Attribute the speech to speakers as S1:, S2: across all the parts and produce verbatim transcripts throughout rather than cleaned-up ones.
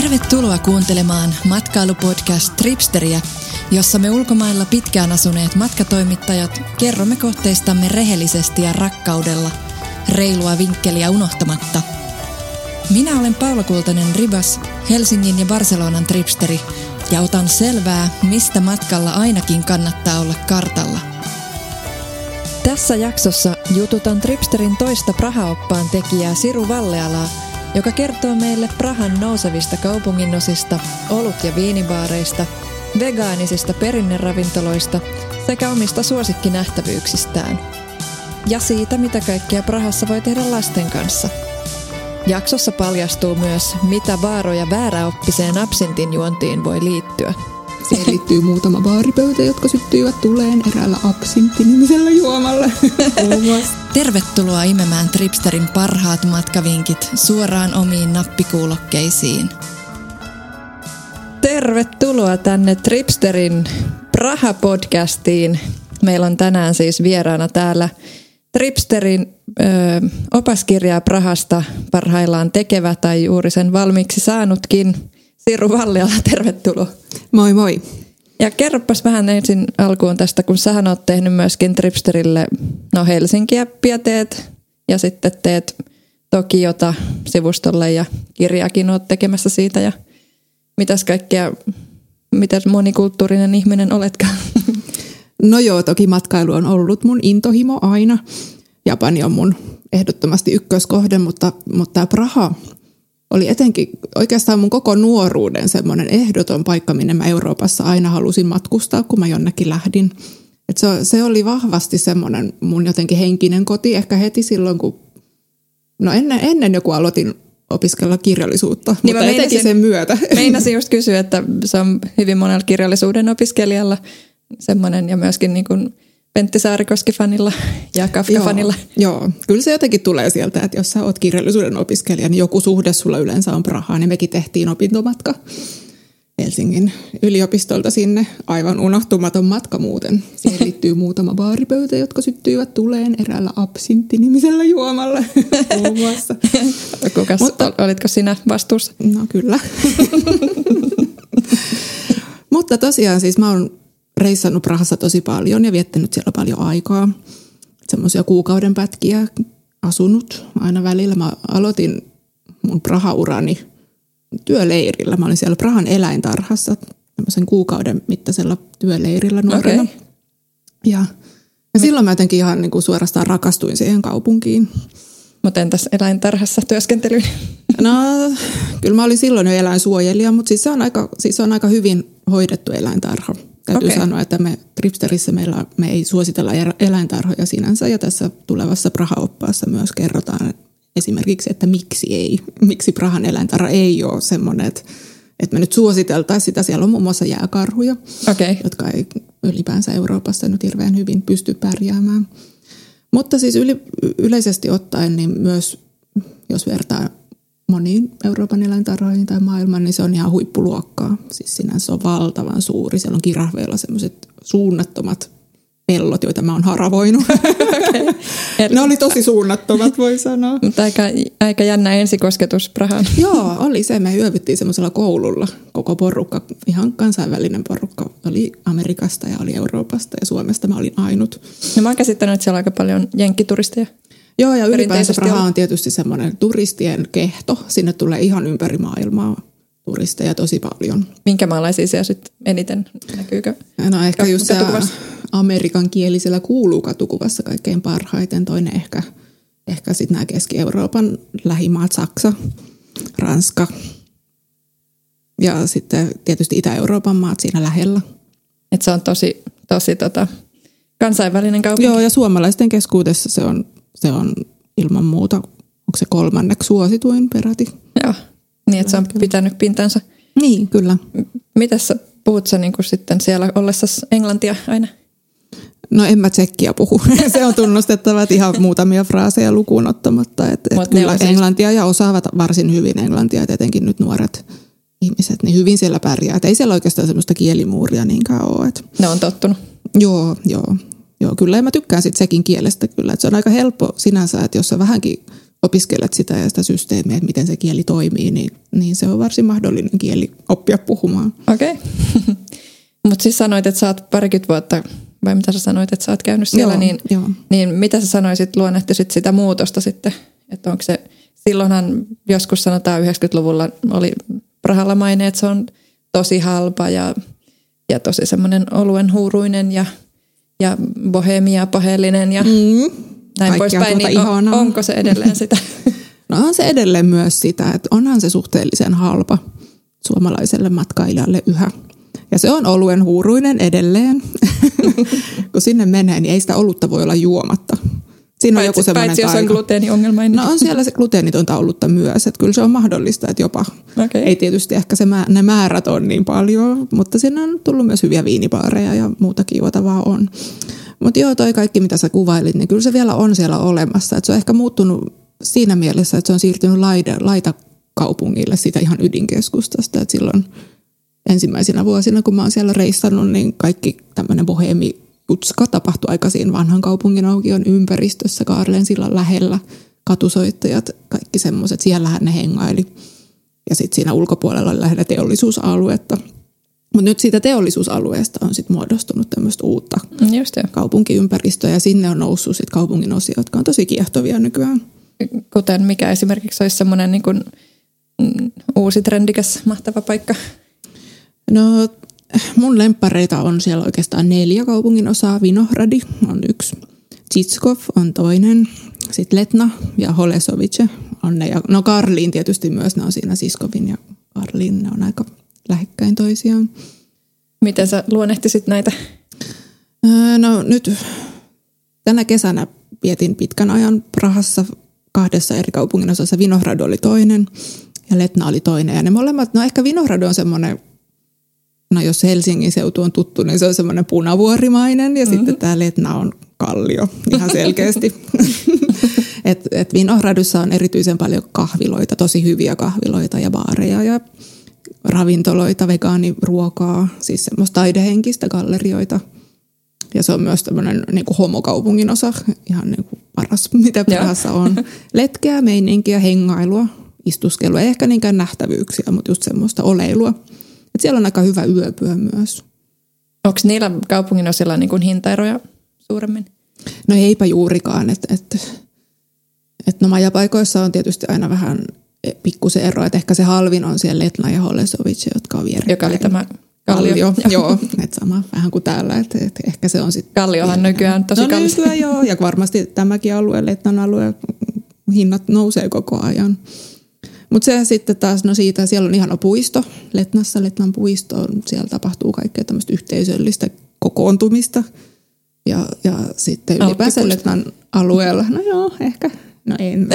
S1: Tervetuloa kuuntelemaan matkailupodcast Tripsteriä, jossa me ulkomailla pitkään asuneet matkatoimittajat kerromme kohteistamme rehellisesti ja rakkaudella, reilua vinkkeliä unohtamatta. Minä olen Paula Kultanen Ribas, Helsingin ja Barcelonan tripsteri, ja otan selvää, mistä matkalla ainakin kannattaa olla kartalla. Tässä jaksossa jututan Tripsterin toista Praha-oppaan tekijää Siru Vallealaa, joka kertoo meille Prahan nousevista kaupunginosista, olut- ja viinibaareista, vegaanisista perinneravintoloista sekä omista suosikkinähtävyyksistään. Ja siitä, mitä kaikkea Prahassa voi tehdä lasten kanssa. Jaksossa paljastuu myös, mitä vaaroja vääräoppiseen absintin juontiin voi liittyä.
S2: Siihen liittyy muutama baaripöytä, jotka syttyivät tuleen eräällä absintti-nimisellä juomalla.
S1: Tervetuloa imemään Tripsterin parhaat matkavinkit suoraan omiin nappikuulokkeisiin. Tervetuloa tänne Tripsterin Praha-podcastiin. Meillä on tänään siis vieraana täällä Tripsterin ö, opaskirjaa Prahasta parhaillaan tekevä tai juuri sen valmiiksi saanutkin Siru Valleala, tervetuloa.
S2: Moi moi.
S1: Ja kerropas vähän ensin alkuun tästä, kun sähän oot tehnyt myöskin Tripsterille no Helsinkiä teet ja sitten teet Tokiota sivustolle ja kirjaakin oot tekemässä siitä ja mitäs kaikkea, miten monikulttuurinen ihminen oletkaan?
S2: No joo, toki matkailu on ollut mun intohimo aina. Japani on mun ehdottomasti ykköskohde, mutta, mutta Praha oli etenkin oikeastaan mun koko nuoruuden semmoinen ehdoton paikka, minne mä Euroopassa aina halusin matkustaa, kun mä jonnekin lähdin. Et se, se oli vahvasti semmoinen mun jotenkin henkinen koti, ehkä heti silloin, kun no ennen, ennen joku aloitin opiskella kirjallisuutta, niin mutta etenkin sen myötä.
S1: Meinasin just kysyä, että se on hyvin monella kirjallisuuden opiskelijalla semmoinen ja myöskin niin kuin Pentti Saarikoski-fanilla ja Kafka-fanilla.
S2: Joo, joo, kyllä se jotenkin tulee sieltä, että jos sä oot kirjallisuuden opiskelija, niin joku suhde sulla yleensä on Prahaan. Niin mekin tehtiin opintomatka Helsingin yliopistolta sinne. Aivan unohtumaton matka muuten. Siihen liittyy muutama baaripöytä, jotka syttyivät tuleen eräällä absintti-nimisellä juomalla muun muassa.
S1: Kukas, Mutta, olitko sinä vastuussa?
S2: No kyllä. Mutta tosiaan siis mä oon reissannut Prahassa tosi paljon ja viettänyt siellä paljon aikaa. Semmoisia kuukauden pätkiä asunut aina välillä. Mä aloitin mun Praha-urani työleirillä. Mä olin siellä Prahan eläintarhassa semmoisen kuukauden mittaisella työleirillä nuorena. Okay. Ja, ja silloin mä jotenkin ihan niin kuin suorastaan rakastuin siihen kaupunkiin.
S1: Mutta entäs eläintarhassa työskentely?
S2: No kyllä mä olin silloin jo eläinsuojelija, mutta siis se on aika, siis se on aika hyvin hoidettu eläintarha. Täytyy okay. sanoa, että me Tripsterissä meillä, me ei suositella eläintarhoja sinänsä ja tässä tulevassa Praha-oppaassa myös kerrotaan esimerkiksi, että miksi ei, miksi Prahan eläintarha ei ole semmoinen, että, että me nyt suositeltaisiin sitä. Siellä on muun muassa jääkarhuja, okay. jotka ei ylipäänsä Euroopassa nyt hirveän hyvin pysty pärjäämään. Mutta siis yli, yleisesti ottaen niin myös, jos vertaa moniin Euroopan eläintarhoihin tai maailman, niin se on ihan huippuluokkaa. Siis sinänsä on valtavan suuri. Siellä on kirahveilla sellaiset suunnattomat pellot, joita mä oon haravoinut. Okay. Ne oli tosi suunnattomat, voi sanoa.
S1: Mutta aika, aika jännä ensikosketus Prahaan.
S2: Joo, oli se. Me yövyttiin semmoisella koululla. Koko porukka, ihan kansainvälinen porukka. Oli Amerikasta ja oli Euroopasta ja Suomesta mä olin ainut.
S1: No mä oon käsittänyt, että siellä on aika paljon jenkkituristeja.
S2: Joo, ja ylipäänsä Praha on tietysti semmoinen turistien kehto. Sinne tulee ihan ympäri maailmaa turisteja tosi paljon. Minkä
S1: maalaisia siellä sitten eniten näkyykö?
S2: No ehkä just se amerikan kielisellä kuuluu katukuvassa kaikkein parhaiten. Toinen ehkä, ehkä sitten nämä Keski-Euroopan lähimaat, Saksa, Ranska ja sitten tietysti Itä-Euroopan maat siinä lähellä.
S1: Et se on tosi, tosi tota, kansainvälinen kaupunki.
S2: Joo, ja suomalaisten keskuudessa se on Se on ilman muuta, onko se kolmanneksi suosituin peräti?
S1: Joo, niin että se on pitänyt pintansa.
S2: Niin, kyllä.
S1: Mitäs sä puhut sä niin kuin sitten siellä ollessasi englantia aina?
S2: No en mä tsekkiä puhu. Se on tunnustettava, että ihan muutamia fraaseja lukuun ottamatta. Että et kyllä englantia ja osaavat varsin hyvin englantia, että etenkin nyt nuoret ihmiset, niin hyvin siellä pärjää. Et ei siellä oikeastaan semmoista kielimuuria niinkään ole. Et
S1: ne on tottunut.
S2: Joo, joo. Joo, kyllä ja mä tykkään sit sekin kielestä kyllä. Et se on aika helppo sinänsä, että jos sä vähänkin opiskelet sitä ja sitä systeemiä, että miten se kieli toimii, niin, niin se on varsin mahdollinen kieli oppia puhumaan.
S1: Okei. Okay. Mutta siis sanoit, että sä oot parikymmentä vuotta, vai mitä sä sanoit, että sä oot käynyt siellä,
S2: joo,
S1: niin,
S2: joo.
S1: niin mitä sä sanoisit, luonnehtisit sitä muutosta sitten? Että onko se, silloinhan joskus sanotaan yhdeksänkymmentäluvulla oli Prahalla maine, että se on tosi halpa ja, ja tosi semmoinen oluen huuruinen ja, ja bohemia paheellinen ja mm. näin poispäin. Niin on, onko se edelleen sitä?
S2: No on se edelleen myös sitä, että onhan se suhteellisen halpa suomalaiselle matkailijalle yhä. Ja se on oluen huuruinen edelleen. Kun sinne menee, niin ei sitä olutta voi olla juomatta. Siinä on
S1: paitsi,
S2: joku semmoinen
S1: paitsi jos on gluteeniongelmainen.
S2: No on siellä se gluteenitonta olutta myös. Että kyllä se on mahdollista, että jopa okay. Ei tietysti ehkä se, ne määrät on niin paljon, mutta siinä on tullut myös hyviä viinibaareja ja muutakin juotavaa on. Mutta joo, toi kaikki mitä sä kuvailit, niin kyllä se vielä on siellä olemassa. Että se on ehkä muuttunut siinä mielessä, että se on siirtynyt laida, laitakaupungille siitä ihan ydinkeskustasta. Että silloin ensimmäisenä vuosina, kun mä oon siellä reissannut, niin kaikki tämmöinen bohemi jutska tapahtui aika siinä vanhan kaupungin aukion ympäristössä, Kaarlen sillan lähellä, katusoittajat, kaikki semmoiset, siellähän ne hengaili. Ja sitten siinä ulkopuolella oli lähinnä teollisuusaluetta. Mutta nyt siitä teollisuusalueesta on sitten muodostunut tämmöistä uutta
S1: Just
S2: kaupunkiympäristöä ja sinne on noussut sitten kaupungin osia, jotka on tosi kiehtovia nykyään.
S1: Kuten mikä esimerkiksi olisi semmoinen niin kuin uusi trendikäs mahtava paikka?
S2: No mun lemppareita on siellä oikeastaan neljä kaupungin osaa. Vinohradi on yksi, Zitskov on toinen, sitten Letna ja Holesovice on ne. Ja, no Karliin tietysti myös, ne on siinä Siskovin ja Karliin, ne on aika lähekkäin toisiaan.
S1: Miten sä luonnehtisit näitä?
S2: No nyt tänä kesänä vietin pitkän ajan Prahassa kahdessa eri kaupungin osassa. Vinohrad oli toinen ja Letna oli toinen. Ja ne molemmat, no ehkä Vinohrad on semmoinen, no jos Helsingin seutu on tuttu, niin se on semmoinen punavuorimainen ja mm-hmm. sitten tämä Letna on kallio ihan selkeästi. et, et Vinohradissa on erityisen paljon kahviloita, tosi hyviä kahviloita ja baareja ja ravintoloita, vegaaniruokaa, siis semmoista taidehenkistä gallerioita. Ja se on myös tämmöinen niin kuin homokaupungin osa, ihan niin kuin paras, mitä Prahassa on. Letkeä meininkiä, hengailua, istuskelua, ei ehkä niinkään nähtävyyksiä, mutta just semmoista oleilua. Et siellä on aika hyvä yöpyä myös.
S1: Onko niillä kaupungin osilla niin kuin hintaeroja suuremmin?
S2: No eipä juurikaan. Et, et, et no majapaikoissa on tietysti aina vähän pikkusen ero, että ehkä se halvin on siellä Letna ja Holesovice, jotka on vierekkäin.
S1: Joka oli tämä Kallio.
S2: Kallio. Joo, että sama vähän kuin täällä, että et ehkä se on sitten.
S1: Kalliohan nykyään tosi
S2: no,
S1: kallis.
S2: Nykyään joo, ja varmasti tämäkin alue, Letnan alue, hinnat nousee koko ajan. Mutta se sitten taas, no siitä, siellä on ihana puisto, Letnassa, Letnan puisto, siellä tapahtuu kaikkea tämmöistä yhteisöllistä kokoontumista. Ja, ja sitten ylipäänsä Letnan alueella, no joo, ehkä, no en.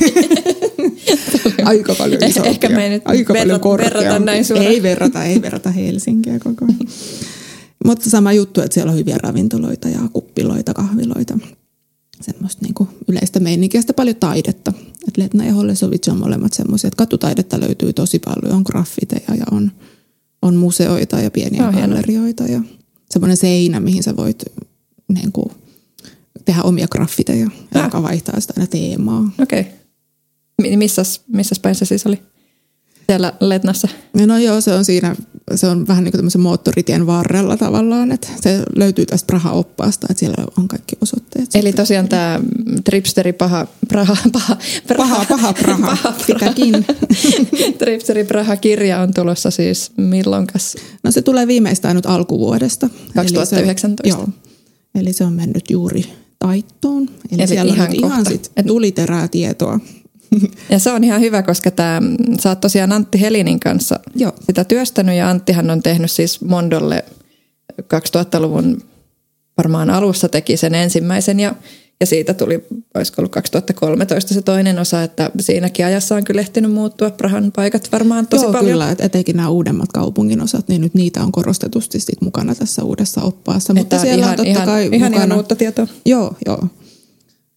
S2: Aika paljon isompia.
S1: Ehkä me ei nyt
S2: aika
S1: verrat,
S2: paljon
S1: verrata näin suoraan.
S2: Ei verrata, ei verrata Helsinkiä koko ajan. Mutta sama juttu, että siellä on hyviä ravintoloita ja kuppiloita, kahviloita. Semmoista niinku yleistä meininkiä, sitä paljon taidetta. Et Letna ja Holesovice on molemmat semmoisia, että katutaidetta löytyy tosi paljon. On graffiteja ja on, on museoita ja pieniä oh, gallerioita ja semmoinen seinä, mihin sä voit niinku tehdä omia graffiteja, ah. joka vaihtaa sitä aina teemaa.
S1: Okei. Okay. Missäs, missäs päin se siis oli? Siellä Letnassa?
S2: No joo, se on siinä, se on vähän niin kuin tämmöisen moottoritien varrella tavallaan, että se löytyy tästä Praha-oppaasta, että siellä on kaikki osoitteet.
S1: Eli tosiaan tämä tripsteri paha, Praha, paha,
S2: paha, paha Praha, paha sitäkin.
S1: Tripsteri Praha-kirja on tulossa siis milloinkas?
S2: No se tulee viimeistään nyt alkuvuodesta.
S1: kaksituhattayhdeksäntoista.
S2: Eli se, joo, eli se on mennyt juuri taittoon. Eli,
S1: eli
S2: siellä
S1: ihan
S2: on ihan sit tuliterää tietoa.
S1: Ja se on ihan hyvä, koska tämä, sä oot tosiaan Antti Helinin kanssa Joo. sitä työstänyt ja Anttihan on tehnyt siis Mondolle kaksituhattaluvun varmaan alussa teki sen ensimmäisen ja, ja siitä tuli, olisiko ollut kaksituhattakolmetoista se toinen osa, että siinäkin ajassa on kyllä ehtinyt muuttua Prahan paikat varmaan tosi
S2: Joo,
S1: paljon.
S2: Kyllä, että etenkin nämä uudemmat kaupungin osat, niin nyt niitä on korostetusti sit mukana tässä uudessa oppaassa.
S1: Että mutta siellä ihan, on totta ihan, kai ihan, mukana. Ihan uutta tietoa.
S2: Joo, joo.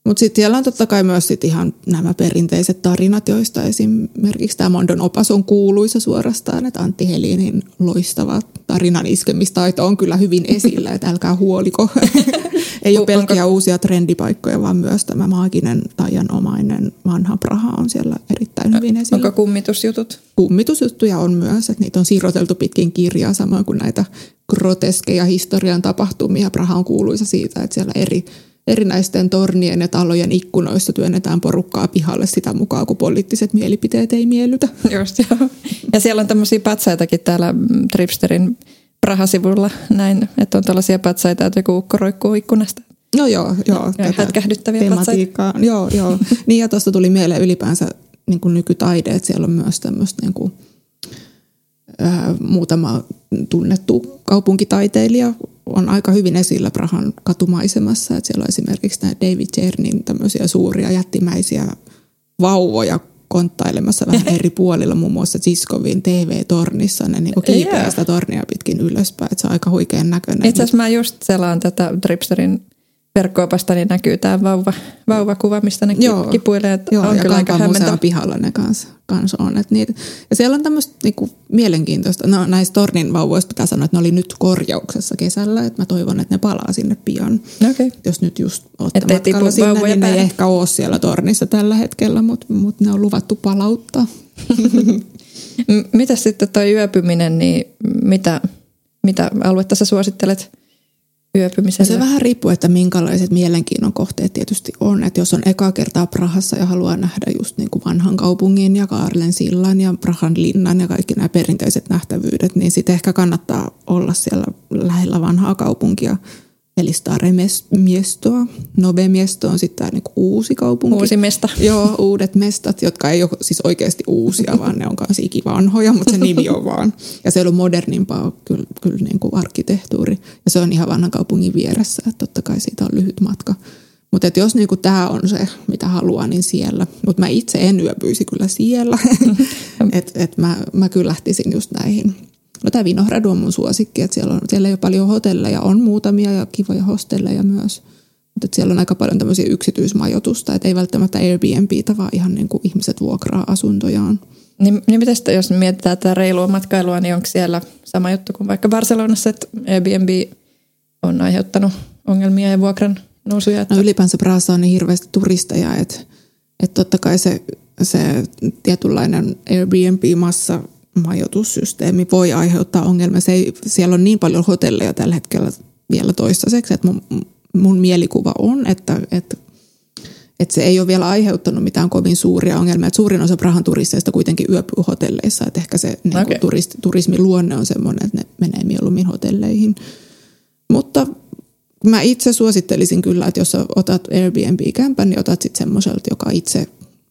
S2: Mutta sitten siellä on totta kai myös sit ihan nämä perinteiset tarinat, joista esimerkiksi tämä Mondon opas on kuuluisa suorastaan, että Antti Helinin loistava tarinan iskemistaito on kyllä hyvin esillä, että älkää huoliko. Ei ole pelkkiä uusia trendipaikkoja, vaan myös tämä maaginen taianomainen vanha Praha on siellä erittäin hyvin esillä.
S1: Onko kummitusjutut?
S2: Kummitusjuttuja on myös, että niitä on siirroteltu pitkin kirjaa, samoin kuin näitä groteskeja historian tapahtumia. Praha on kuuluisa siitä, että siellä eri erinäisten tornien ja talojen ikkunoissa työnnetään porukkaa pihalle sitä mukaan, kun poliittiset mielipiteet ei miellytä.
S1: Just joo. Ja siellä on tämmöisiä patsaitakin täällä Tripsterin Praha-sivulla näin, että on tällaisia patsaita, että joku ukko roikkuu ikkunasta.
S2: No joo, joo.
S1: Ja hätkähdyttäviä patsaita.
S2: Joo, joo. Niin ja tuosta tuli mieleen ylipäänsä niin kuin nykytaide, että siellä on myös tämmöistä niin kuin, äh, muutama tunnettu kaupunkitaiteilija on aika hyvin esillä Prahan katumaisemassa. Että siellä on esimerkiksi nämä David Czernin tämmöisiä suuria jättimäisiä vauvoja konttailemassa vähän eri puolilla, muun muassa Ziskovin T V-tornissa. Ne niin kiipeää sitä tornia pitkin ylöspäin, että se on aika huikean näköinen.
S1: Itse asiassa mä just selaan tätä Tripsterin verkko-opasta, niin näkyy tämä vauva, vauvakuva, mistä ne joo, kipuilee.
S2: Joo,
S1: on
S2: ja
S1: kyllä aika hämmentävä. Pihalla
S2: ne kanssa kans on. Et niitä. Ja siellä on tämmöistä niinku mielenkiintoista. No, näistä tornin vauvoista pitää sanoa, että ne oli nyt korjauksessa kesällä. Että mä toivon, että ne palaa sinne pian.
S1: Okay.
S2: Jos nyt just ootte matkalla sinne, niin ne ei ehkä ole siellä tornissa tällä hetkellä, mutta mut ne on luvattu palauttaa.
S1: Mitäs sitten toi yöpyminen, niin mitä, mitä aluetta sä suosittelet yöpymisellä?
S2: Se vähän riippuu, että minkälaiset mielenkiinnon kohteet tietysti on. Että jos on eka kertaa Prahassa ja haluaa nähdä just niin kuin vanhan kaupungin ja Kaarlen sillan ja Prahan linnan ja kaikki nämä perinteiset nähtävyydet, niin sitten ehkä kannattaa olla siellä lähellä vanhaa kaupunkia. Eli Stare Miestoa. Nove Miesto on sitten tämä niinku uusi kaupunki.
S1: Uusi mesta.
S2: Joo, uudet mestat, jotka ei ole siis oikeasti uusia, vaan ne on kanssa ikivanhoja, mutta se nimi on vaan. Ja se on modernimpaa kyllä, kyllä niinku arkkitehtuuri. Ja se on ihan vanhan kaupungin vieressä, että totta kai siitä on lyhyt matka. Mutta jos niinku tämä on se, mitä haluaa, niin siellä. Mutta mä itse en yöpyisi kyllä siellä. että et mä, mä kyllä lähtisin just näihin. No tämä Vinohradu on mun suosikki, että siellä, on, siellä ei ole paljon hotelleja, on muutamia ja kivoja hostelleja myös. Mutta siellä on aika paljon tämmöisiä yksityismajoitusta, että ei välttämättä Airbnb:tä, vaan ihan niin kuin ihmiset vuokraa asuntojaan.
S1: Niin, niin miten sitten, jos mietitään tätä reilua matkailua, niin onko siellä sama juttu kuin vaikka Barcelonassa, että Airbnb on aiheuttanut ongelmia ja vuokran nousuja? Että...
S2: No ylipäänsä Prahassa on niin hirveästi turisteja, että, että totta kai se, se tietynlainen Airbnb-massa majoitussysteemi voi aiheuttaa ongelmia. Se ei, siellä on niin paljon hotelleja tällä hetkellä vielä toistaiseksi, että mun, mun mielikuva on, että, että, että se ei ole vielä aiheuttanut mitään kovin suuria ongelmia. Että suurin osa Prahan turisteista kuitenkin yöpyy hotelleissa, että ehkä se niin kuin turist, turismin luonne on semmoinen, että ne menee mieluummin hotelleihin. Mutta mä itse suosittelisin kyllä, että jos otat Airbnb-kämpän, niin otat sitten semmoiselta, joka itse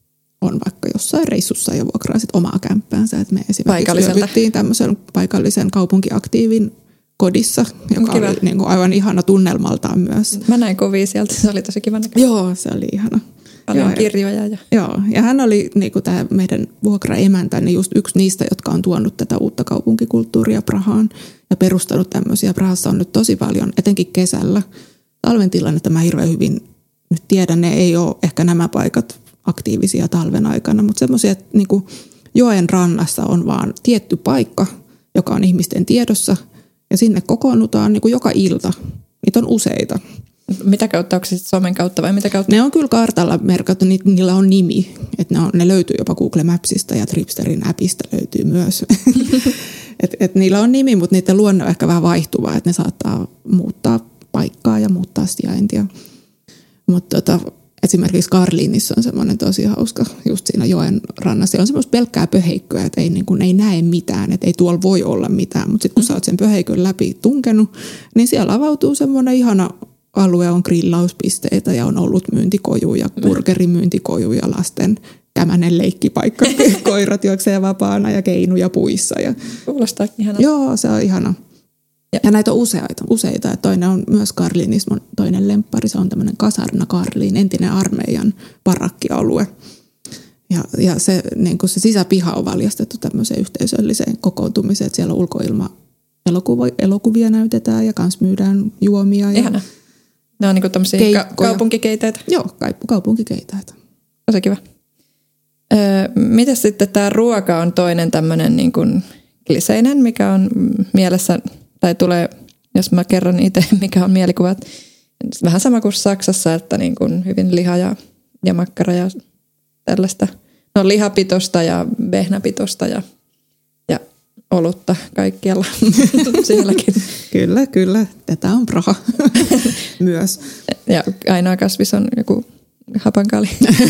S2: on vaikka jossain reissussa ja vuokraa sit omaa kämppäänsä. Et me esimerkiksi yöpyttiin tämmöisen paikallisen kaupunkiaktiivin kodissa, joka Kiva. oli niin kuin aivan ihana tunnelmaltaan myös.
S1: Mä näin kovia sieltä, se oli tosi kiva näköinen.
S2: Joo, se oli ihana.
S1: Paljon joo, kirjoja. Ja...
S2: Joo, ja hän oli niin kuin tämä meidän vuokraemäntä, niin just yksi niistä, jotka on tuonut tätä uutta kaupunkikulttuuria Prahaan ja perustanut tämmöisiä. Prahassa on nyt tosi paljon, etenkin kesällä. Talven tilannetta mä hirveän hyvin nyt tiedän, ne ei ole ehkä nämä paikat aktiivisia talven aikana, mutta semmoisia, että niin kuin joen rannassa on vaan tietty paikka, joka on ihmisten tiedossa, ja sinne kokoonnutaan niin kuin joka ilta. Niitä on useita.
S1: Mitä kautta, onko se somen kautta vai mitä kautta?
S2: Ne on kyllä kartalla merkattu, ni, niillä on nimi. Että ne, on, ne löytyy jopa Google Mapsista ja Tripsterin appista löytyy myös. et, et niillä on nimi, mutta niiden luonne on ehkä vähän vaihtuva, että ne saattaa muuttaa paikkaa ja muuttaa sijaintia. Mutta tota, esimerkiksi Karliinissa on semmoinen tosi hauska, just siinä joen rannassa. Siellä on semmoista pelkkää pöheikköä, että ei, niin kun, ei näe mitään, että ei tuolla voi olla mitään. Mutta sitten kun sä oot sen pöheikön läpi tunkenut, niin siellä avautuu semmoinen ihana alue, on grillauspisteitä ja on ollut myyntikojuja, burgerimyyntikojuja, lasten kämänen leikkipaikka, koirat juoksee vapaana ja keinuja puissa. Ja...
S1: Kuulostaa ihana.
S2: Joo, se on ihana. Ja, ja näitä on useita, useita. Ja toinen on myös Karliinismon toinen lemppari. Se on tämmöinen kasarna Karliin, entinen armeijan parakkialue. Ja, ja se, niin kuin se sisäpiha on valjastettu tämmöiseen yhteisölliseen kokoontumiseen. Että siellä ulkoilma elokuva, elokuvia näytetään ja kans myydään juomia. Ja,
S1: Ne on niinku tämmöisiä ka- kaupunkikeiteitä.
S2: Joo, kaupunkikeiteitä.
S1: Tosi kiva. Öö, miten sitten tämä ruoka on toinen tämmöinen niin kuin kliseinen, mikä on mielessä, tai tulee, jos mä kerron itse, mikä on mielikuvat. Vähän sama kuin Saksassa, että niin kuin hyvin liha ja, ja makkara ja tällaista. No lihapitosta ja vehnäpitosta ja, ja olutta kaikkialla sielläkin.
S2: Kyllä, kyllä. Tätä on Praha myös.
S1: Ja ainoa kasvis on joku hapankali.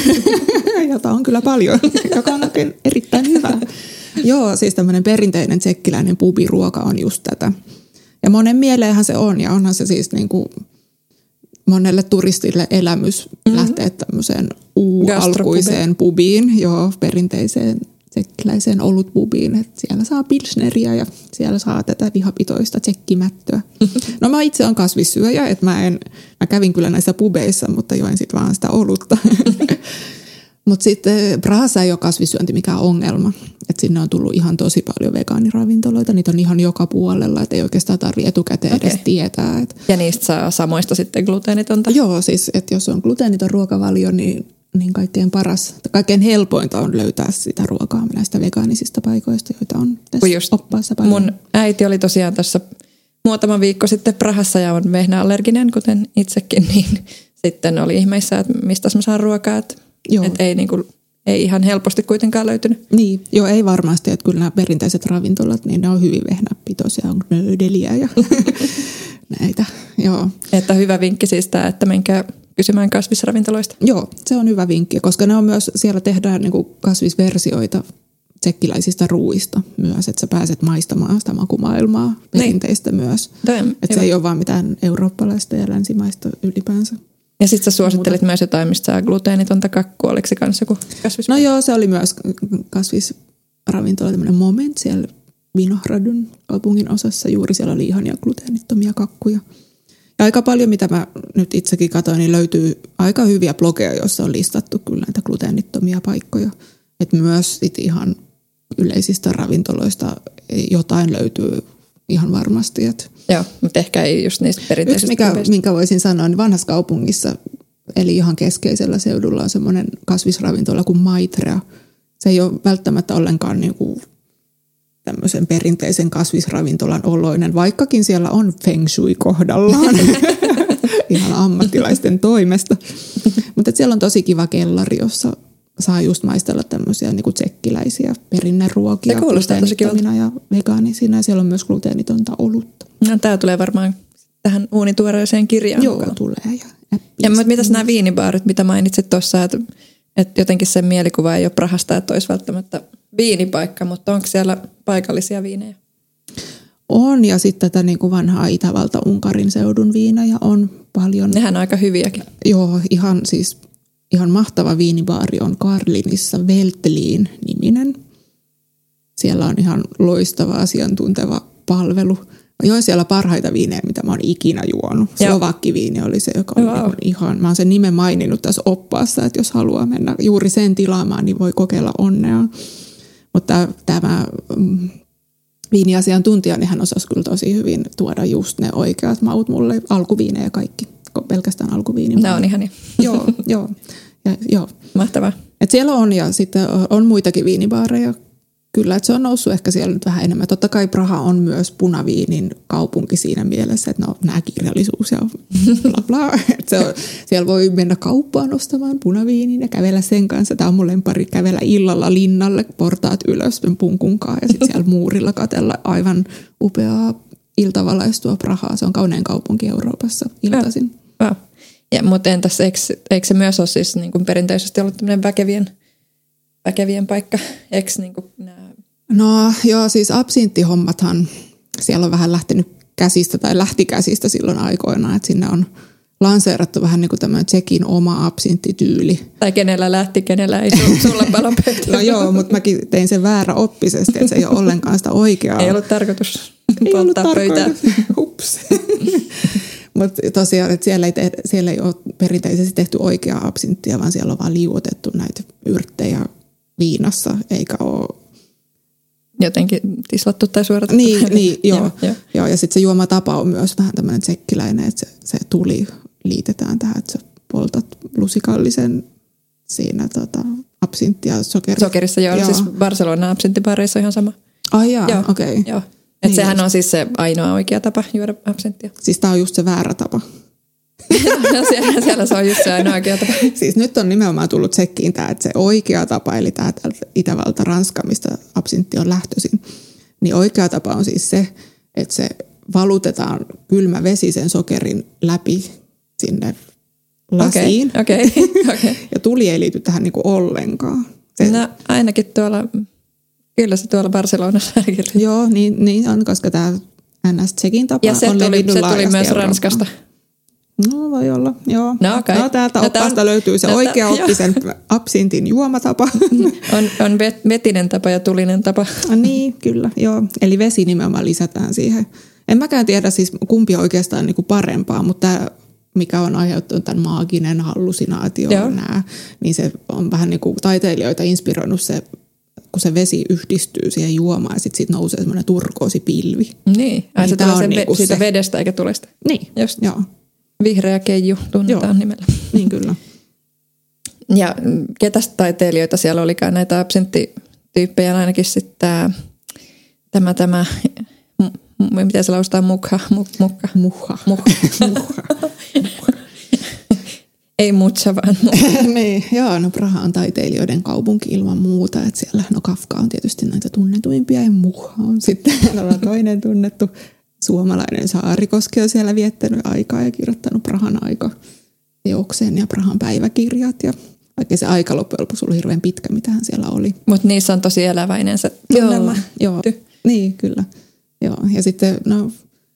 S2: Jota on kyllä paljon, joka on oikein erittäin hyvä. Joo, siis tämmöinen perinteinen tsekkiläinen pubiruoka on just tätä. Ja monen mieleenhän se on, ja onhan se siis niin kuin monelle turistille elämys mm-hmm. lähteä tämmöiseen uu-alkuiseen pubiin, joo, perinteiseen tsekkiläiseen olutpubiin, että siellä saa pilsneriä ja siellä saa tätä lihapitoista tsekkimättöä. No mä itse olen kasvissyöjä, että mä, en, mä kävin kyllä näissä pubeissa, mutta join sitten vaan sitä olutta. Mutta sitten Prahassa ei ole kasvissyönti mikään ongelma. Että sinne on tullut ihan tosi paljon vegaaniravintoloita. Niitä on ihan joka puolella, että ei oikeastaan tarvitse etukäteen okay. edes tietää. Et...
S1: Ja niistä saa samoista sitten gluteenitonta?
S2: Joo, siis että jos on gluteeniton ruokavalio, niin, niin kaikkein paras, kaikkein helpointa on löytää sitä ruokaa näistä vegaanisista paikoista, joita on tässä oppaassa paljon.
S1: Mun äiti oli tosiaan tässä muutama viikko sitten Prahassa ja on vehnäallerginen, kuten itsekin, niin sitten oli ihmeissä, että mistä mä saan ruokaa, että et ei, niinku, ei ihan helposti kuitenkaan löytynyt.
S2: Niin, joo ei varmasti, että kyllä nämä perinteiset ravintolat, niin ne on hyvin vehnäpitoisia, on knöydeliä ja näitä, joo.
S1: Että hyvä vinkki siis tämä, että menkää kysymään kasvisravintoloista.
S2: Joo, se on hyvä vinkki, koska ne on myös, siellä tehdään niinku kasvisversioita tsekkiläisistä ruuista myös, että sä pääset maistamaan sitä makumaailmaa perinteistä niin. myös. Että se ei ole vaan mitään eurooppalaista ja länsimaista ylipäänsä.
S1: Ja sitten sä suosittelit Muuta. myös jotain, mistä saa gluteenitonta kakkua, oliko se kanssa joku kasvis?
S2: No joo, se oli myös kasvisravintola, tämmöinen Moment siellä Vinohradun kaupungin osassa. Juuri siellä oli ihania gluteenittomia kakkuja. Ja aika paljon, mitä mä nyt itsekin katsoin, niin löytyy aika hyviä blogeja, joissa on listattu kyllä näitä gluteenittomia paikkoja. Että myös sit ihan yleisistä ravintoloista jotain löytyy ihan varmasti. Että
S1: joo, mutta ehkä ei just niistä perinteisistä.
S2: Yksi, mikä, minkä voisin sanoa, niin vanhassa kaupungissa, eli ihan keskeisellä seudulla on semmoinen kasvisravintola kuin Maitrea. Se ei ole välttämättä ollenkaan niin kuin tämmöisen perinteisen kasvisravintolan oloinen, vaikkakin siellä on feng shui kohdallaan ihan ammattilaisten toimesta. Mutta siellä on tosi kiva kellari, jossa saa just maistella tämmöisiä niin kuin tsekkiläisiä perinneruokia, gluteenittomina ja vegaanisina. Ja siellä on myös gluteenitonta olutta.
S1: No, tämä tulee varmaan tähän uunituoreeseen kirjaan.
S2: Joo,
S1: mukaan.
S2: tulee. Ja,
S1: ja mitäs nämä viinibaarit, mitä mainitsit tuossa, että, että jotenkin sen mielikuva ei ole Prahasta, että olisi välttämättä viinipaikka, mutta onko siellä paikallisia viinejä?
S2: On, ja sitten tätä niin kuin vanhaa Itävalta-Unkarin seudun viinejä on paljon.
S1: Nehän on aika hyviäkin.
S2: Joo, ihan siis... Ihan mahtava viinibaari on Karlinissa Veltlin niminen. Siellä on ihan loistava asiantunteva palvelu. Mä join siellä parhaita viinejä, mitä mä oon ikinä juonut. Slovakkiviini oli se, joka oli wow. ihan... Mä oon sen nimen maininnut tässä oppaassa, että jos haluaa mennä juuri sen tilaamaan, niin voi kokeilla onnea. Mutta tämä mm, viiniasiantuntija, niin hän osasi kyllä tosi hyvin tuoda just ne oikeat maut mulle. Alkuviinejä kaikki. Pelkästään alkuviini.
S1: Ne on ihania.
S2: Joo, joo. Ja, joo.
S1: Mahtavaa.
S2: Et siellä on ja sitten on muitakin viinibaareja. Kyllä, että se on noussut ehkä siellä nyt vähän enemmän. Totta kai Praha on myös punaviinin kaupunki siinä mielessä, että no nämä kirjallisuus ja bla bla. Se on, siellä voi mennä kauppaan ostamaan punaviinin ja kävellä sen kanssa. Tämä on mun lempari, kävellä illalla linnalle, portaat ylös punkunkaan ja sitten siellä muurilla katsella aivan upeaa iltavalaistua Prahaa. Se on kaunein kaupunki Euroopassa iltaisin.
S1: Wow. Ja, mutta entäs, eikö, eikö se myös ole siis niin kuin perinteisesti ollut tämmöinen väkevien, väkevien paikka? Eikö niin kuin nämä...
S2: No joo, siis absinttihommathan siellä on vähän lähtenyt käsistä tai lähti käsistä silloin aikoinaan, että sinne on lanseerattu vähän niin kuin tämmöinen Tsekin oma absinttityyli.
S1: Tai kenellä lähti, kenellä ei sulla palopöytä.
S2: No joo, mutta mäkin tein sen väärä oppisesti, että se ei ole ollenkaan sitä oikeaa.
S1: Ei ollut tarkoitus
S2: ei
S1: polttaa pöytää.
S2: Hups. Mutta tosiaan, että siellä ei, te, siellä ei ole perinteisesti tehty oikeaa absinttia, vaan siellä on vaan liuotettu näitä yrttejä viinassa, eikä ole...
S1: Jotenkin tislattu tai suoratettu.
S2: Niin, niin joo,
S1: joo, joo.
S2: joo. Ja sitten se juomatapa on myös vähän tämmöinen tsekkiläinen, että se, se tuli liitetään tähän, että sä poltat lusikallisen siinä tota, absinttia sokeri.
S1: Sokerissa, joo. joo. Siis Barcelona absinttibareissa ihan sama.
S2: Ai jaa, okei. Okay.
S1: Joo. Että niin sehän just on siis se ainoa oikea tapa juoda absinttia.
S2: Siis tää on just se väärä tapa.
S1: No siellä, siellä se on just se ainoa oikea tapa.
S2: Siis nyt on nimenomaan tullut tsekkiin tämä, että se oikea tapa, eli tämä Itävalta, Ranska, mistä absintti on lähtöisin, niin oikea tapa on siis se, että se valutetaan kylmä vesi sen sokerin läpi sinne lasiin.
S1: Okei, okay, okay, okay.
S2: Ja tuli ei liity tähän niinku ollenkaan. Se,
S1: no ainakin tuolla, kyllä se tuolla Barcelonassa ainakin.
S2: Joo, niin, niin on, koska tämä N S-tsekin tapa
S1: ja se
S2: on
S1: tuli, se tuli myös
S2: Eurooppaan.
S1: Ranskasta.
S2: No voi olla, joo.
S1: No, okay.
S2: no täältä no, oppaasta on, löytyy se no, oikea oppisen absintin juomatapa.
S1: on, on vetinen tapa ja tulinen tapa.
S2: Niin, kyllä, joo. Eli vesi nimenomaan lisätään siihen. En mäkään tiedä siis kumpi oikeastaan niin kuin parempaa, mutta tämä, mikä on aiheuttanut tämän maaginen hallusinaatio, nämä, niin se on vähän niin kuin taiteilijoita inspiroinut se, kun se vesi yhdistyy siihen juomaan ja sitten siitä nousee semmoinen turkoosipilvi.
S1: Niin, ai niin se tulee sen niinku siitä se vedestä eikä tulesta.
S2: Niin,
S1: just.
S2: Joo.
S1: Vihreä keiju tunnetaan Joo. nimellä.
S2: Niin kyllä.
S1: Ja ketäs taiteilijoita siellä olikaan näitä absenttityyppejä, ainakin sitten tämä, tämä, tämä miten se laustaa, mukha, mukka.
S2: Muha.
S1: Muha. Muha. Ei mutsa, vaan muha.
S2: Niin, joo, no Praha on taiteilijoiden kaupunki ilman muuta, että siellä, no Kafka on tietysti näitä tunnetuimpia ja Muha on sitten toinen tunnettu suomalainen Saarikoski on siellä viettänyt aikaa ja kirjoittanut Prahan aika teoksen ja Prahan päiväkirjat ja vaikka se aika loppujen lopuksi oli hirveän pitkä, mitä hän siellä oli.
S1: Mutta niissä on tosi eläväinen se tunnelma.
S2: Joo, joo. Niin, kyllä. Joo. Ja sitten no,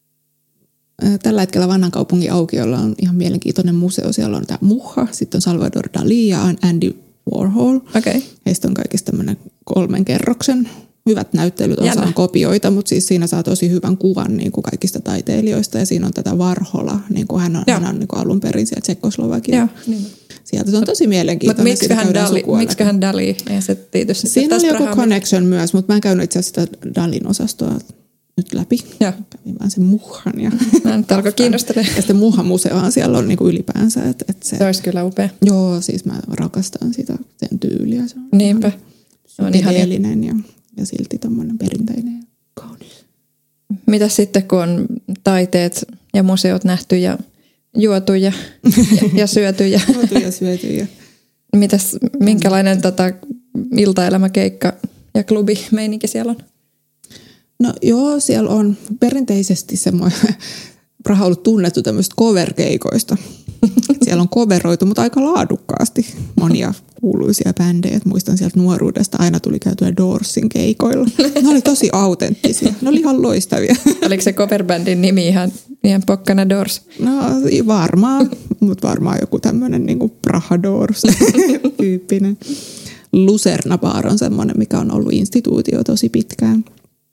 S2: tällä hetkellä Vanhan kaupungin aukiolla on ihan mielenkiintoinen museo. Siellä on tämä Muha, sitten on Salvador Dalí ja Andy Warhol.
S1: Okay.
S2: Heistä on kaikista tämmöinen kolmen kerroksen. Hyvät näyttelyt, osa on kopioita, mutta siis siinä saa tosi hyvän kuvan niin kuin kaikista taiteilijoista. Ja siinä on tätä Warhola, niin kuin hän on, hän on niin kuin alun perin sieltä Tsekkoslovakia. Niin. Sieltä se on tosi mielenkiintoinen.
S1: Mutta miksi hän Dalí? Ei se tietysti
S2: siinä oli joku connection myös, mutta mä en käynyt itse asiassa sitä Dalin osastoa nyt läpi.
S1: Joo.
S2: Kävin vaan sen Muhan. Ja
S1: mä nyt alkoi kiinnostella.
S2: Ja sitten Muha-museohan siellä on niin kuin ylipäänsä. Että, että se,
S1: se olisi kyllä upea.
S2: Joo, siis mä rakastan sitä, sen tyyliä. Se on
S1: niinpä.
S2: Se on ideellinen ja ja silti tommoinen perinteinen ja kaunis.
S1: Mitäs sitten, kun on taiteet ja museot nähty ja juotu ja, ja, ja syöty? Ja,
S2: juotu ja syöty. Ja.
S1: Mitäs, minkälainen tota, iltaelämäkeikka ja klubimeininki siellä on?
S2: No joo, siellä on perinteisesti semmoinen, Praha on ollut tunnettu tämmöistä cover-keikoista. Siellä on coveroitu, mutta aika laadukkaasti monia kuuluisia bändejä. Muistan sieltä nuoruudesta, aina tuli käytyä Doorsin keikoilla. Ne oli tosi autenttisia. Ne oli ihan loistavia.
S1: Oliko se coverbändin nimi ihan, ihan pokkana Doors?
S2: No varmaan, mutta varmaan joku tämmöinen niin kuin Praha Doors-tyyppinen. Lucerna Bar on semmoinen, mikä on ollut instituutio tosi pitkään.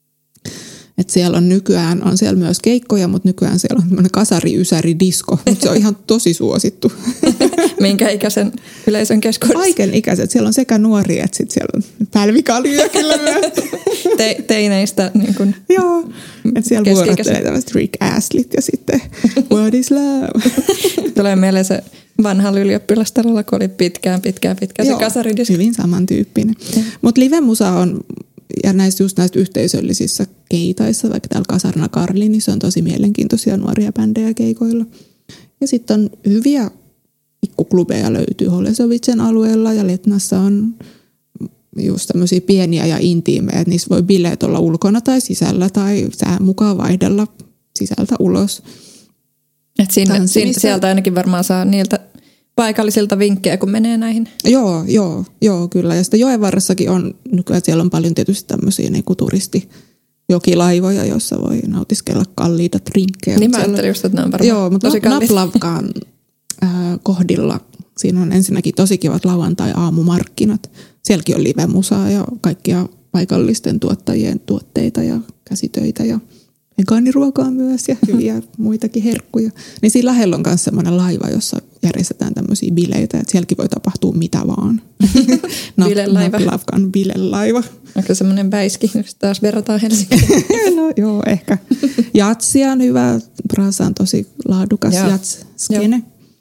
S2: Et siellä on nykyään, on siellä myös keikkoja, mutta nykyään siellä on tämmöinen kasari-ysäri-disko, mutta se on ihan tosi suosittu.
S1: Minkä ikäisen yleisön keskuudessa?
S2: Kaiken ikäiset. Siellä on sekä nuoria, että sitten siellä on pälvikaljuja kyllä myös.
S1: Te, teineistä niin kuin
S2: joo, että siellä vuorottelee tämmöiset Rick Astleyt ja sitten What is love?
S1: Tulee mieleen se vanhalla ylioppilastalolla, kun oli pitkään, pitkään, pitkään
S2: joo,
S1: se kasaridisko.
S2: Hyvin samantyyppinen. Mutta live-musa on, ja näistä just näistä yhteisöllisissä keitaissa, vaikka täällä Kasarna Karli, niin se on tosi mielenkiintoisia nuoria bändejä keikoilla. Ja sitten on hyviä pikkuklubeja löytyy Holesovitsen alueella ja Letnassa on just tämmöisiä pieniä ja intiimejä, että niissä voi bileet olla ulkona tai sisällä tai sään mukaan vaihdella sisältä ulos.
S1: Et siinä, siinä, sieltä ainakin varmaan saa niiltä paikallisilta vinkkejä, kun menee näihin.
S2: Joo, joo, joo kyllä. Ja sitten joenvarressakin on, nykyään siellä on paljon tietysti tämmöisiä niin kuin turistijokilaivoja, joissa voi nautiskella kalliita drinkkejä.
S1: Niin mä ajattelin just, että ne on varmaan
S2: joo, mutta
S1: tosi kalliita.
S2: Naplavkan äh, kohdilla siinä on ensinnäkin tosi kivat lauantai-aamumarkkinat. Sielläkin on live-musaa ja kaikkia paikallisten tuottajien tuotteita ja käsitöitä ja vegaaniruokaa myös ja hyviä muitakin herkkuja. Niin siinä lähellä on myös semmoinen laiva, jossa järjestetään tämmöisiä bileitä, että sielläkin voi tapahtua mitä vaan.
S1: Bilelaiva.
S2: Naplavkan bilelaiva.
S1: Onko se semmoinen väiski, jos taas verrataan Helsinkiin?
S2: No joo, ehkä. Jatsia on hyvä. Prahassa on tosi laadukas jats-skene.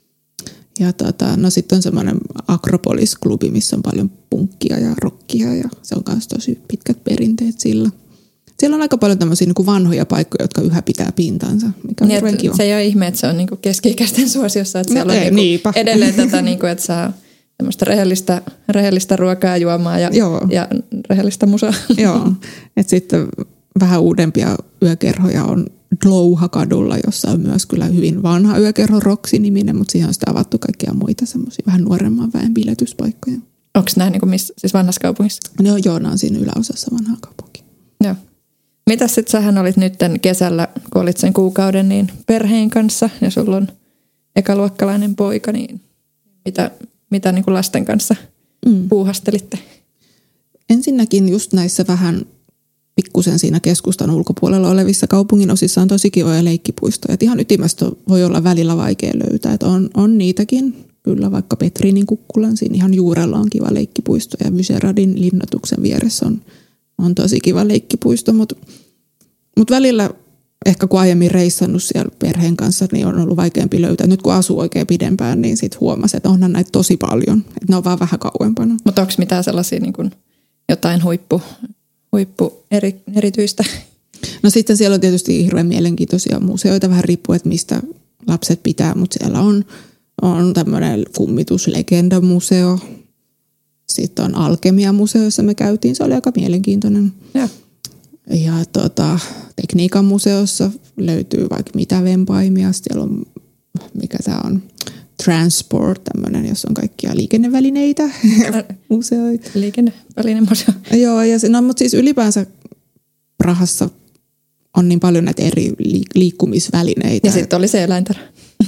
S2: Ja tota, no sitten on semmoinen Akropolis-klubi, missä on paljon punkkia ja rockia ja se on myös tosi pitkät perinteet sillä. Siellä on aika paljon tämmöisiä niin kuin vanhoja paikkoja, jotka yhä pitää pintansa, mikä on
S1: niin,
S2: kiva.
S1: Se ei ole ihme, että se on niin kuin keski-ikäisten suosiossa, että siellä
S2: no,
S1: on
S2: ei,
S1: niin kuin edelleen tätä, niin kuin, että saa semmoista rehellistä, rehellistä ruokaa ja juomaa ja, ja rehellistä musaa. Joo,
S2: että sitten vähän uudempia yökerhoja on Louhakadulla, jossa on myös kyllä hyvin vanha yökerho Roksi-niminen, mutta siihen on sitten avattu kaikkia muita semmoisia vähän nuoremman väen biletyspaikkoja.
S1: Onko nämä niin kuin missä, siis vanhassa kaupungissa?
S2: No joo, nämä on siinä yläosassa vanhaa kaupunkia.
S1: Joo. Mitäs sitten sähän olit nyt kesällä, kun olit sen kuukauden, niin perheen kanssa ja sulla on ekaluokkalainen poika, niin mitä, mitä niin kuin lasten kanssa mm. puuhastelitte?
S2: Ensinnäkin just näissä vähän pikkusen siinä keskustan ulkopuolella olevissa kaupungin osissa on tosi kivoja leikkipuistoja. Et ihan ytimestä voi olla välillä vaikea löytää. Et on, on niitäkin, kyllä vaikka Petrinin Kukkulan siinä ihan juurella on kiva leikkipuisto ja Vyseradin linnoituksen vieressä on, on tosi kiva leikkipuisto. Mutta mut välillä ehkä kun aiemmin reissannut siellä perheen kanssa, niin on ollut vaikeampi löytää. Nyt kun asuu oikein pidempään, niin sitten huomasi, että onhan näitä tosi paljon. Että ne on vaan vähän kauempana.
S1: Mutta onko mitään sellaisia niin kuin jotain huippu... huippu eri, erityistä?
S2: No sitten siellä on tietysti hirveän mielenkiintoisia museoita, vähän riippuu, että mistä lapset pitää, mutta siellä on, on tämmöinen kummituslegendamuseo. Sitten on Alkemia-museo, jossa me käytiin, se oli aika mielenkiintoinen.
S1: Ja,
S2: ja tota, Tekniikan museossa löytyy vaikka mitä vempaimia, siellä on, mikä tämä on, Transport, tämmöinen, jossa on kaikkia liikennevälineitä, museoita.
S1: Liikennevälinemuseo.
S2: Joo, ja no, mutta siis ylipäänsä Prahassa on niin paljon näitä eri liikkumisvälineitä.
S1: Ja sitten oli se eläintarha,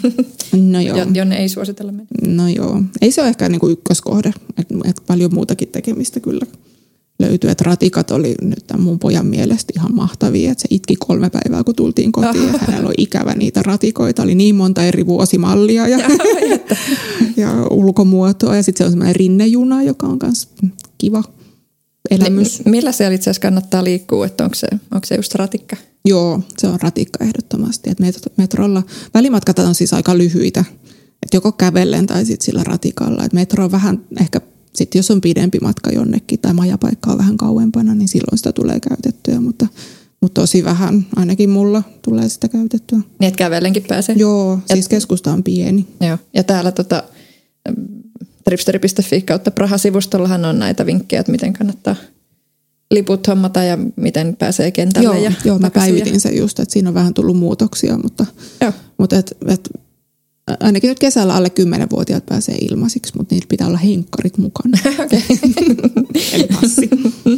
S2: no joo.
S1: jonne ei suositella mennä.
S2: No joo, ei se ole ehkä niin kuin ykköskohde, että et paljon muutakin tekemistä kyllä löytyy. Että ratikat oli nyt tämän mun pojan mielestä ihan mahtavia, että se itki kolme päivää, kun tultiin kotiin. Ja hänellä oli ikävä niitä ratikoita, oli niin monta eri vuosimallia ja, ja ulkomuotoa. Ja sitten se on semmoinen rinnejuna, joka on myös kiva elämys.
S1: Niin, millä siellä itse asiassa kannattaa liikkua, että onko se, onko se just ratikka?
S2: Joo, se on ratikka ehdottomasti. Et metrolla välimatkat on siis aika lyhyitä, että joko kävellen tai sitten sillä ratikalla. Et metro on vähän ehkä... Sitten jos on pidempi matka jonnekin tai majapaikka on vähän kauempana, niin silloin sitä tulee käytettyä, mutta, mutta tosi vähän, ainakin mulla tulee sitä käytettyä.
S1: Niin, että kävellenkin pääsee?
S2: Joo, siis ja, keskusta on pieni.
S1: Joo, ja täällä tota, tripsteri piste fi kautta Praha-sivustollahan on näitä vinkkejä, että miten kannattaa liput hommata ja miten pääsee kentälle.
S2: Joo,
S1: ja
S2: joo mä päivitin ja... sen just, että siinä on vähän tullut muutoksia, mutta, mutta et, et, ainakin nyt kesällä alle kymmenvuotiaat pääsee ilmaisiksi, mutta niillä pitää olla henkkarit mukana.
S1: Okei.
S2: Eli passi.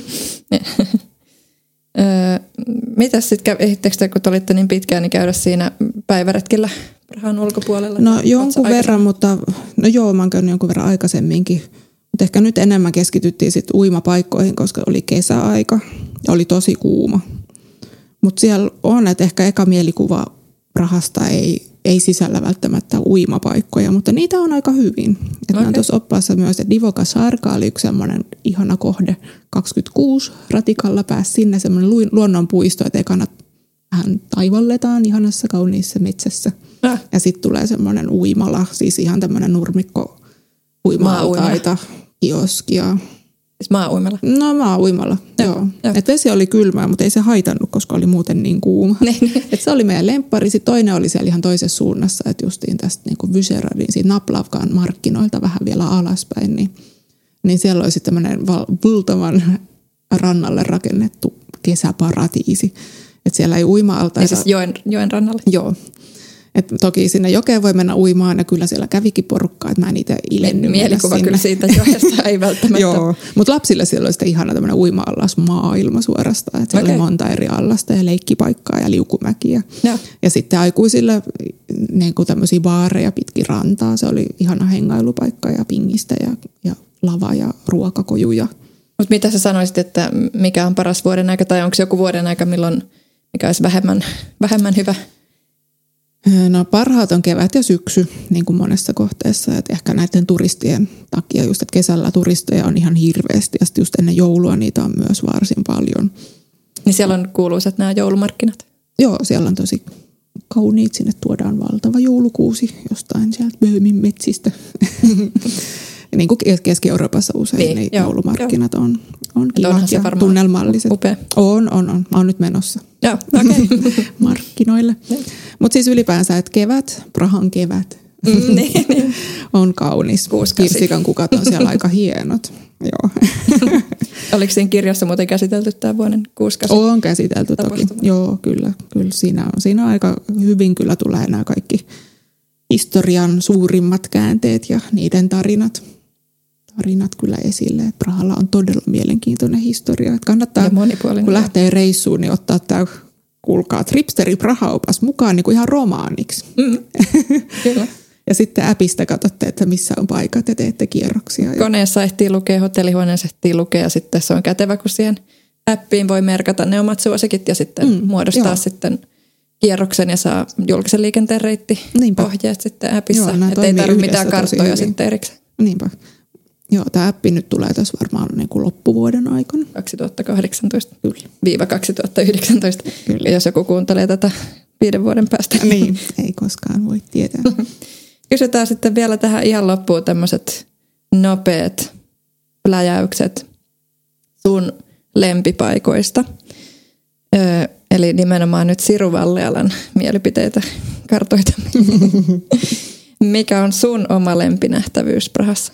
S1: Mitäs sitten, ehdittekö te, kun te olitte niin pitkään, niin käydä siinä päiväretkellä Prahan ulkopuolella?
S2: No jonkun verran, mutta no joo, mä oon käynyt jonkun verran aikaisemminkin. Mutta ehkä nyt enemmän keskityttiin sitten uimapaikkoihin, koska oli kesäaika ja oli tosi kuuma. Mutta siellä on, että ehkä eka mielikuva Prahasta ei, ei sisällä välttämättä uimapaikkoja, mutta niitä on aika hyvin. Okay. Mä tuossa oppaassa myös, että Divoka Sarka oli yksi semmoinen ihana kohde. kaksikymmentäkuusi ratikalla pääsi sinne semmoinen luonnonpuisto, että ekana vähän taivalletaan ihanassa kauniissa metsässä. Äh. Ja sitten tulee semmoinen uimala, siis ihan tämmöinen nurmikko uima-altaita, kioskia.
S1: Siis maa-uimala?
S2: No maa-uimala, joo. joo. joo. Et vesi oli kylmää, mutta ei se haitannut, koska oli muuten niin kuuma. Et se oli meidän lemppari. Sitten toinen oli siellä ihan toisessa suunnassa, että justiin tästä niin kuin Vyseradin, siitä Naplavkan markkinoilta vähän vielä alaspäin. Niin, niin siellä oli sitten tämmöinen valtavan rannalle rakennettu kesäparatiisi. Että siellä ei uima-altaita.
S1: Ja siis joen, joen rannalle?
S2: Joo. Et toki sinne jokeen voi mennä uimaan ja kyllä siellä kävikin porukkaa, että mä en itse ilennyt.
S1: Mielikuva kyllä siitä joesta ei välttämättä.
S2: Joo, mutta lapsille siellä oli sitten ihana tämmöinen uima-allas maailma suorastaan. Että siellä okay. oli monta eri allasta ja leikkipaikkaa ja liukumäkiä. Ja, ja sitten aikuisille niin kuin tämmöisiä baareja pitkin rantaa. Se oli ihana hengailupaikka ja pingistä ja, ja lava ja ruokakojuja.
S1: Mutta mitä sä sanoisit, että mikä on paras vuoden aika tai onko joku vuoden aika, milloin mikä olisi vähemmän, vähemmän hyvä?
S2: No parhaat on kevät ja syksy, niin kuin monessa kohteessa. Et ehkä näiden turistien takia just, että kesällä turisteja on ihan hirveästi. Ja sitten just ennen joulua niitä on myös varsin paljon.
S1: Niin siellä on kuuluisat nämä joulumarkkinat?
S2: Joo, siellä on tosi kauniit. Sinne tuodaan valtava joulukuusi jostain sieltä Böömin metsistä. Niin kuin Keski-Euroopassa usein niin, niin joo, joulumarkkinat jo. on, on kivat ja tunnelmalliset.
S1: Upea.
S2: On, on, on. Mä oon nyt menossa.
S1: Joo, okei. Okay.
S2: Markkinoille. Mutta siis ylipäänsä, että kevät, Prahan kevät
S1: mm, niin, niin.
S2: on kaunis. Kirsikan kukat on siellä aika hienot. Joo.
S1: Oliko siinä kirjassa muuten käsitelty tämä vuoden kuusikasi?
S2: On käsitelty toki. Joo, kyllä. kyllä siinä, on, siinä on aika hyvin kyllä tulee nämä kaikki historian suurimmat käänteet ja niiden tarinat. tarinat kyllä esille. Että Prahalla on todella mielenkiintoinen historia. Että kannattaa, kun lähtee reissuun, niin ottaa tämä, kuulkaa, Tripsteri Praha-opas mukaan niin kuin ihan romaaniksi. Mm,
S1: kyllä.
S2: Ja sitten appista katsotte, että missä on paikat ja teette kierroksia.
S1: Koneessa ehtii lukea, hotellihuoneessa ehtii lukea ja sitten se on kätevä, kun siihen appiin voi merkata ne omat suosikit ja sitten mm, muodostaa joo. sitten kierroksen ja saa julkisen liikenteen reitti ohjeet sitten appissa. Että ei tarvitse mitään karttoja sitten erikseen.
S2: Niinpä. Joo, tämä appi nyt tulee tässä varmaan niin kuin loppuvuoden aikana.
S1: kaksituhattakahdeksantoista viiva kaksituhattayhdeksäntoista. Kyllä. Ja jos joku kuuntelee tätä viiden vuoden päästä.
S2: Niin, ei koskaan voi tietää.
S1: Kysytään sitten vielä tähän ihan loppuun tämmöiset nopeat pläjäykset sun lempipaikoista. Öö, eli nimenomaan nyt Siru Vallealan mielipiteitä kartoita. Mikä on sun oma lempinähtävyys Prahassa?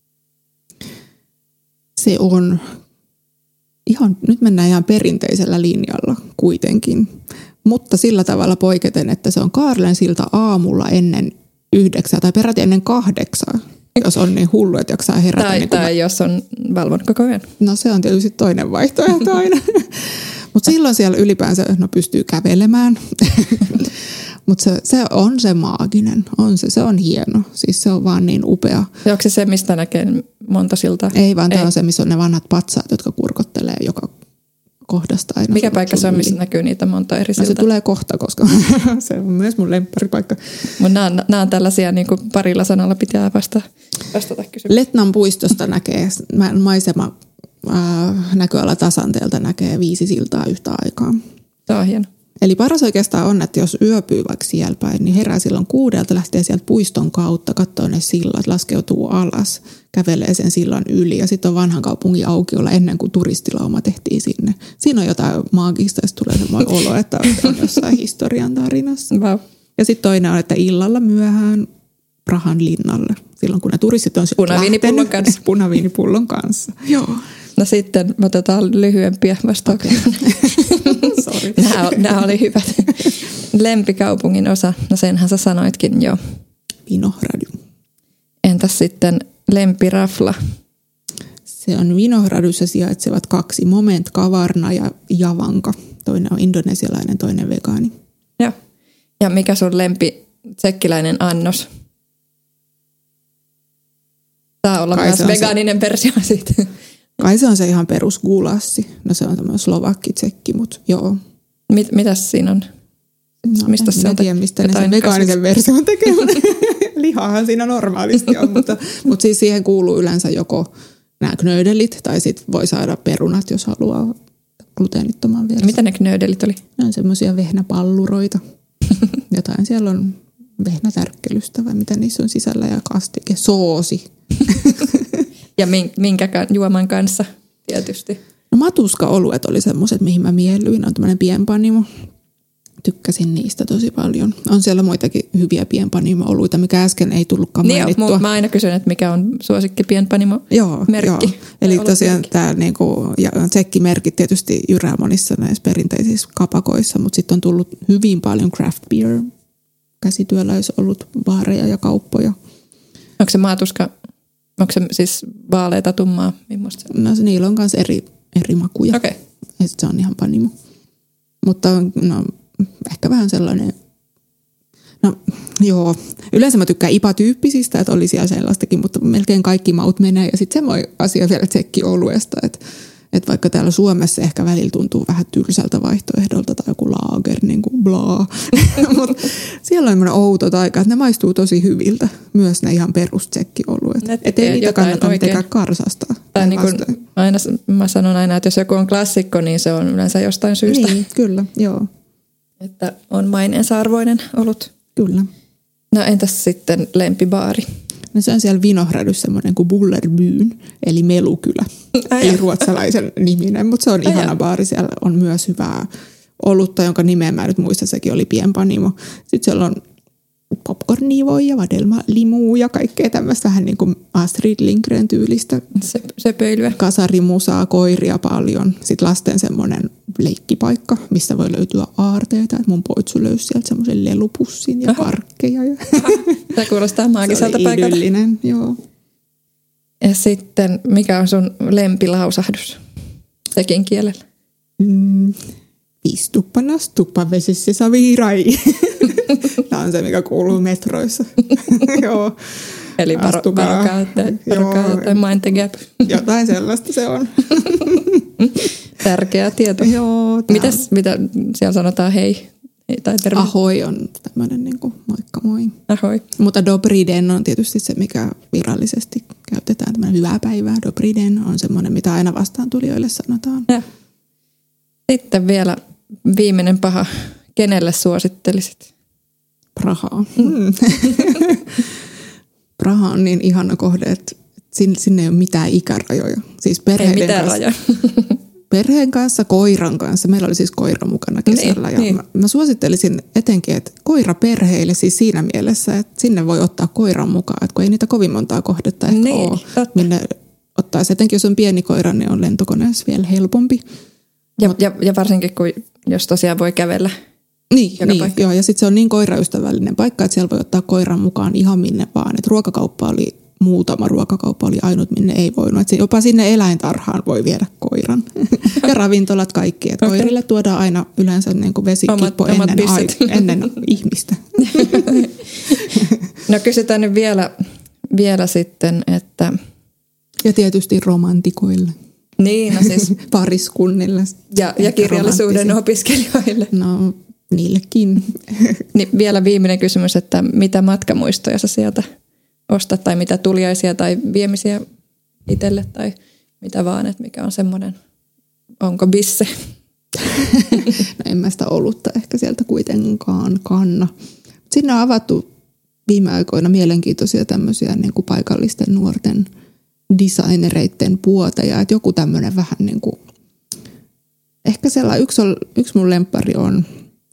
S2: Se on ihan, nyt mennään ihan perinteisellä linjalla kuitenkin, mutta sillä tavalla poiketen, että se on Kaarlensilta aamulla ennen yhdeksää tai peräti ennen kahdeksaa, jos on niin hullu, että jaksaa herätä.
S1: Tai,
S2: niin
S1: tai
S2: mä...
S1: jos on valvonut koko ajan.
S2: No se on tietysti toinen vaihtoehto aina. Mutta silloin siellä ylipäänsä no, pystyy kävelemään. Mutta se, se on se maaginen, on se, se on hieno. Siis se on vaan niin upea.
S1: Ja onko se se, mistä näkee monta siltaa?
S2: Ei, vaan tämä on se, missä on ne vanhat patsaat, jotka kurkottelee joka kohdasta aina.
S1: Mikä paikka se on, missä näkyy niitä monta eri siltaa?
S2: No se tulee kohta, koska se on myös mun lempparipaikka.
S1: Mutta nämä, nämä on tällaisia, niin kuin parilla sanalla pitää vasta, vastata kysymyksiin.
S2: Letnan puistosta näkee, maisema äh, näköala tasanteelta näkee viisi siltaa yhtä aikaa.
S1: Se on hieno.
S2: Eli paras oikeastaan on, että jos yöpyy vaikka siellä päin, niin herää silloin kuudelta, lähtee sieltä puiston kautta, katsoo ne sillat, laskeutuu alas, kävelee sen sillan yli ja sitten on vanhan kaupungin aukiolla ennen kuin turistilauma tehtiin sinne. Siinä on jotain maagista ja tulee semmoinen olo, että on jossain historian tarinassa.
S1: Wow.
S2: Ja sitten toinen on, että illalla myöhään Prahan linnalle, silloin kun ne turistit on
S1: punaviinipullon kanssa.
S2: Punaviinipullon kanssa, joo.
S1: No sitten me otetaan lyhyempiä vastauksia.
S2: Sorry.
S1: Nämä, nämä oli hyvät. Lempikaupungin osa, no senhän sä sanoitkin jo.
S2: Vinohradu.
S1: Entäs sitten lempirafla?
S2: Se on Vinohradussa sijaitsevat kaksi, Moment Kavarna ja Javanka. Toinen on indonesialainen, toinen vegaani.
S1: Joo. Ja mikä sun lempi tsekkiläinen annos? Saa olla Kai myös vegaaninen se... versio siitä.
S2: Kai se on se ihan perus gulassi. No se on tämmöinen slovakki-tsekki, mutta joo.
S1: Mit, mitäs siinä on?
S2: No, mistä en minä tiedä, mistä ne sen vegaanisen version tekee. Lihahan siinä normaalisti on, mutta, mutta siis siihen kuuluu yleensä joko nämä knödelit tai sitten voi saada perunat, jos haluaa gluteenittoman version.
S1: Mitä ne knödelit oli?
S2: Ne on semmoisia vehnäpalluroita. Jotain siellä on vehnätärkkelystä vai mitä niissä on sisällä ja kastike, soosi.
S1: Ja minkä juoman kanssa tietysti?
S2: No matuska-oluet oli semmoiset, mihin mä mielyin. On tämmöinen pienpanimo. Tykkäsin niistä tosi paljon. On siellä muitakin hyviä pienpanimo-oluita, mikä äsken ei tullutkaan
S1: niin
S2: mainittua.
S1: Jo, mä aina kysyn, että mikä on suosikki pienpanimo-merkki.
S2: Joo, joo. Eli tosiaan tämä niinku, tsekkimerkit tietysti jyrää monissa näissä perinteisissä kapakoissa, mutta sitten on tullut hyvin paljon craft beer, käsityöläisolut, baareja ja kauppoja.
S1: Onko se maatuska... Onko se siis vaaleita, tummaa? Millaista?
S2: No se, niillä on myös eri, eri makuja.
S1: Okei.
S2: Okay. Se on ihan panimo. Mutta no, ehkä vähän sellainen, no joo, yleensä mä tykkään I P A-tyyppisistä, että oli siellä sellaistakin, mutta melkein kaikki maut menee. Ja sitten semmoinen asia vielä tsekki-oluesta, että että vaikka täällä Suomessa ehkä välillä tuntuu vähän tylsältä vaihtoehdolta tai joku laager, niin kuin blaa. Mutta siellä on semmoinen outo taika, että ne maistuu tosi hyviltä. Myös ne ihan perustsekki-oluet. Että ei niitä kannata mitenkään karsastaa.
S1: Tai niin kuin aina, mä sanon aina, että jos joku on klassikko, niin se on yleensä jostain syystä.
S2: Niin, kyllä, joo.
S1: Että on maineensa arvoinen olut.
S2: Kyllä.
S1: No entäs sitten lempibaari?
S2: No se on siellä Vinohradussa semmoinen kuin Bullerbyn, eli Melukylä. Eli ruotsalaisen niminen, mutta se on ihana Aja. baari. Siellä on myös hyvää olutta, jonka nimeä mä nyt muista, sekin oli pienpanimo. Sitten siellä on popcornivoja ja vadelmalimuu ja kaikkea tämmöistä vähän niin kuin Astrid Lindgren tyylistä.
S1: Se, se pöilyä.
S2: Kasarimusaa, koiria paljon. Sitten lasten semmoinen leikkipaikka, missä voi löytyä aarteita. Et mun poitsu löysi sieltä semmoisen lelupussin ja Aha. karkkeja. Ja
S1: tämä kuulostaa maagiselta paikalta.
S2: Se oli idyllinen, joo.
S1: Ja sitten, mikä on sun lempilausahdus tekin kielellä?
S2: Mm, istuppa nastuppa vesessä savirai. Tämä on se, mikä kuuluu metroissa. Joo.
S1: Eli varokaa, että mind the gap.
S2: Jotain sellaista se on.
S1: Tärkeä tieto.
S2: Joo,
S1: Mites, mitä siellä sanotaan hei? hei tai terve?
S2: Ahoi on tämmöinen niin kuin moikka moi.
S1: Ahoi.
S2: Mutta dobrý den on tietysti se, mikä virallisesti käytetään. Tämmöinen hyvää päivää. Dobrý den on semmoinen, mitä aina vastaan tulijoille sanotaan. Ja.
S1: Sitten vielä viimeinen paha. Kenelle suosittelisit?
S2: Prahaa. Mm. Praha on niin ihana kohde, että sinne ei ole mitään ikärajoja. Siis
S1: ei mitään rajoja.
S2: Perheen kanssa, koiran kanssa. Meillä oli siis koira mukana kesällä. Niin, ja niin. Mä, mä suosittelisin etenkin, että koira perheille siis siinä mielessä, että sinne voi ottaa koiran mukaan. Että kun ei niitä kovin montaa kohdetta ehkä niin, ole, totta. Minne ottaisi. Etenkin jos on pieni koira, niin on lentokoneessa vielä helpompi.
S1: Ja, Mut, ja, ja varsinkin, kun, jos tosiaan voi kävellä.
S2: Niin, niin joo, ja sitten se on niin koiraystävällinen paikka, että siellä voi ottaa koiran mukaan ihan minne vaan. Et ruokakauppa oli, muutama ruokakauppa oli ainut, minne ei voinut. Et jopa sinne eläintarhaan voi viedä koiran. Ja ravintolat kaikki. Et okay. Koirille tuodaan aina yleensä niin kuin vesikippo omat, ennen, omat ai, ennen ihmistä.
S1: No kysytään nyt vielä, vielä sitten, että...
S2: Ja tietysti romantikoille.
S1: Niin, no siis...
S2: Pariskunnille.
S1: Ja, ja kirjallisuuden opiskelijoille.
S2: No... Niillekin.
S1: Niin vielä viimeinen kysymys, että mitä matkamuistoja sä sieltä ostat tai mitä tuliaisia tai viemisiä itselle tai mitä vaan, että mikä on semmoinen, onko bisse?
S2: No en mä sitä olutta ehkä sieltä kuitenkaan kanna. Sinne on avattu viime aikoina mielenkiintoisia tämmöisiä niin kuin paikallisten nuorten designereiden puoteja, että joku tämmöinen vähän niin kuin, ehkä sellainen, yksi, on, yksi mun lemppari on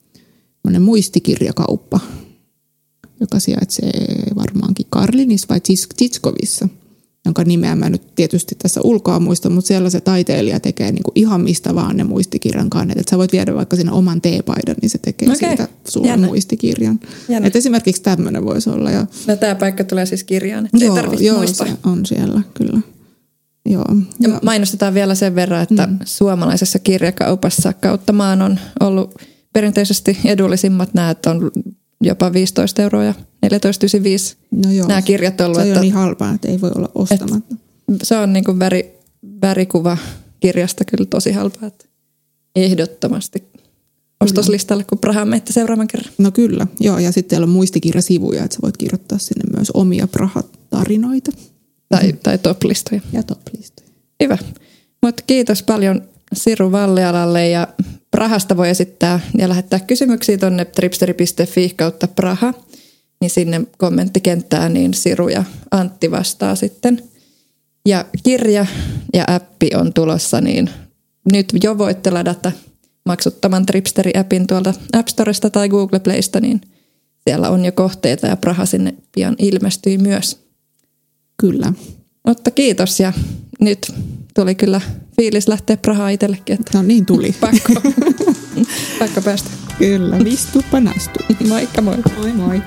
S2: muistikirjakauppa, joka sijaitsee varmaankin Karlinissa vai Tsitskovissa, jonka nimeä mä nyt tietysti tässä ulkoa muista, mutta siellä se taiteilija tekee niinku ihan mistä vaan ne muistikirjan kannet. Että sä voit viedä vaikka sinne oman teepaidan, niin se tekee okay. siitä sulle Jännä. muistikirjan. Että esimerkiksi tämmöinen voisi olla. Ja...
S1: No tämä paikka tulee siis kirjaan, että
S2: joo,
S1: ei tarvitse
S2: joo,
S1: muistaa.
S2: Se on siellä, kyllä. Joo.
S1: Ja ja mainostetaan vielä sen verran, että mm. suomalaisessa kirjakaupassa kautta maan on ollut perinteisesti edullisimmat nämä, että on jopa viisitoista euroa ja neljätoista pilkku yhdeksänkymmentäviisi. No joo, nämä kirjat on ollut.
S2: Se on
S1: että,
S2: niin halpaa, että ei voi olla ostamatta.
S1: Se on niin kuin väri, värikuva kirjasta kyllä tosi halpaa. Että ehdottomasti ostoslistalle, kun Prahaan menette seuraavan kerran.
S2: No kyllä, joo. Ja sitten teillä on muistikirjasivuja, että sä voit kirjoittaa sinne myös omia Praha-tarinoita.
S1: Tai, mm-hmm. tai top-listoja.
S2: Ja top-listoja.
S1: Hyvä. Mutta kiitos paljon Siru Vallealalle ja Prahasta voi esittää ja lähettää kysymyksiä tuonne tripsteri piste fi kautta Praha. Niin sinne kommenttikenttään niin Siru ja Antti vastaa sitten. Ja kirja ja appi on tulossa, niin nyt jo voitte ladata maksuttoman Tripsteri-appin tuolta App Storesta tai Google Playsta, niin siellä on jo kohteita ja Praha sinne pian ilmestyy myös.
S2: Kyllä.
S1: Mutta kiitos ja nyt tuli kyllä fiilis lähteä Prahaan itsellekin. Että
S2: no niin tuli.
S1: Pakko, pakko päästä.
S2: Kyllä, vistuppa nastu.
S1: Moikka moi.
S2: Moi moi.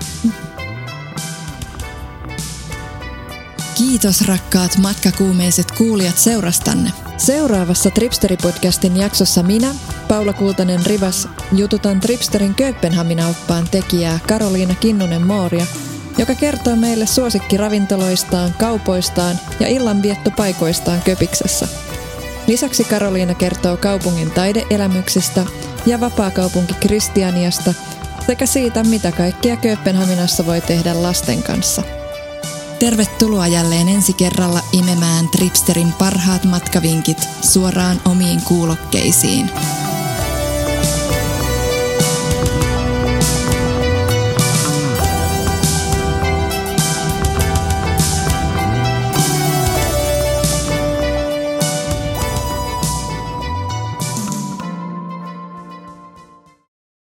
S1: Kiitos rakkaat matkakuumeiset kuulijat seurastanne. Seuraavassa Tripsteri-podcastin jaksossa minä, Paula Kultanen-Rivas, jututan Tripsterin Kööpenhamina-oppaan tekijää Karoliina Kinnunen-Mooria, joka kertoo meille suosikkiravintoloistaan, kaupoistaan ja illanviettopaikoistaan Köpiksessä. Lisäksi Karoliina kertoo kaupungin taideelämyksistä ja vapaakaupunki Kristianiasta sekä siitä, mitä kaikkea Kööpenhaminassa voi tehdä lasten kanssa. Tervetuloa jälleen ensi kerralla imemään Tripsterin parhaat matkavinkit suoraan omiin kuulokkeisiin.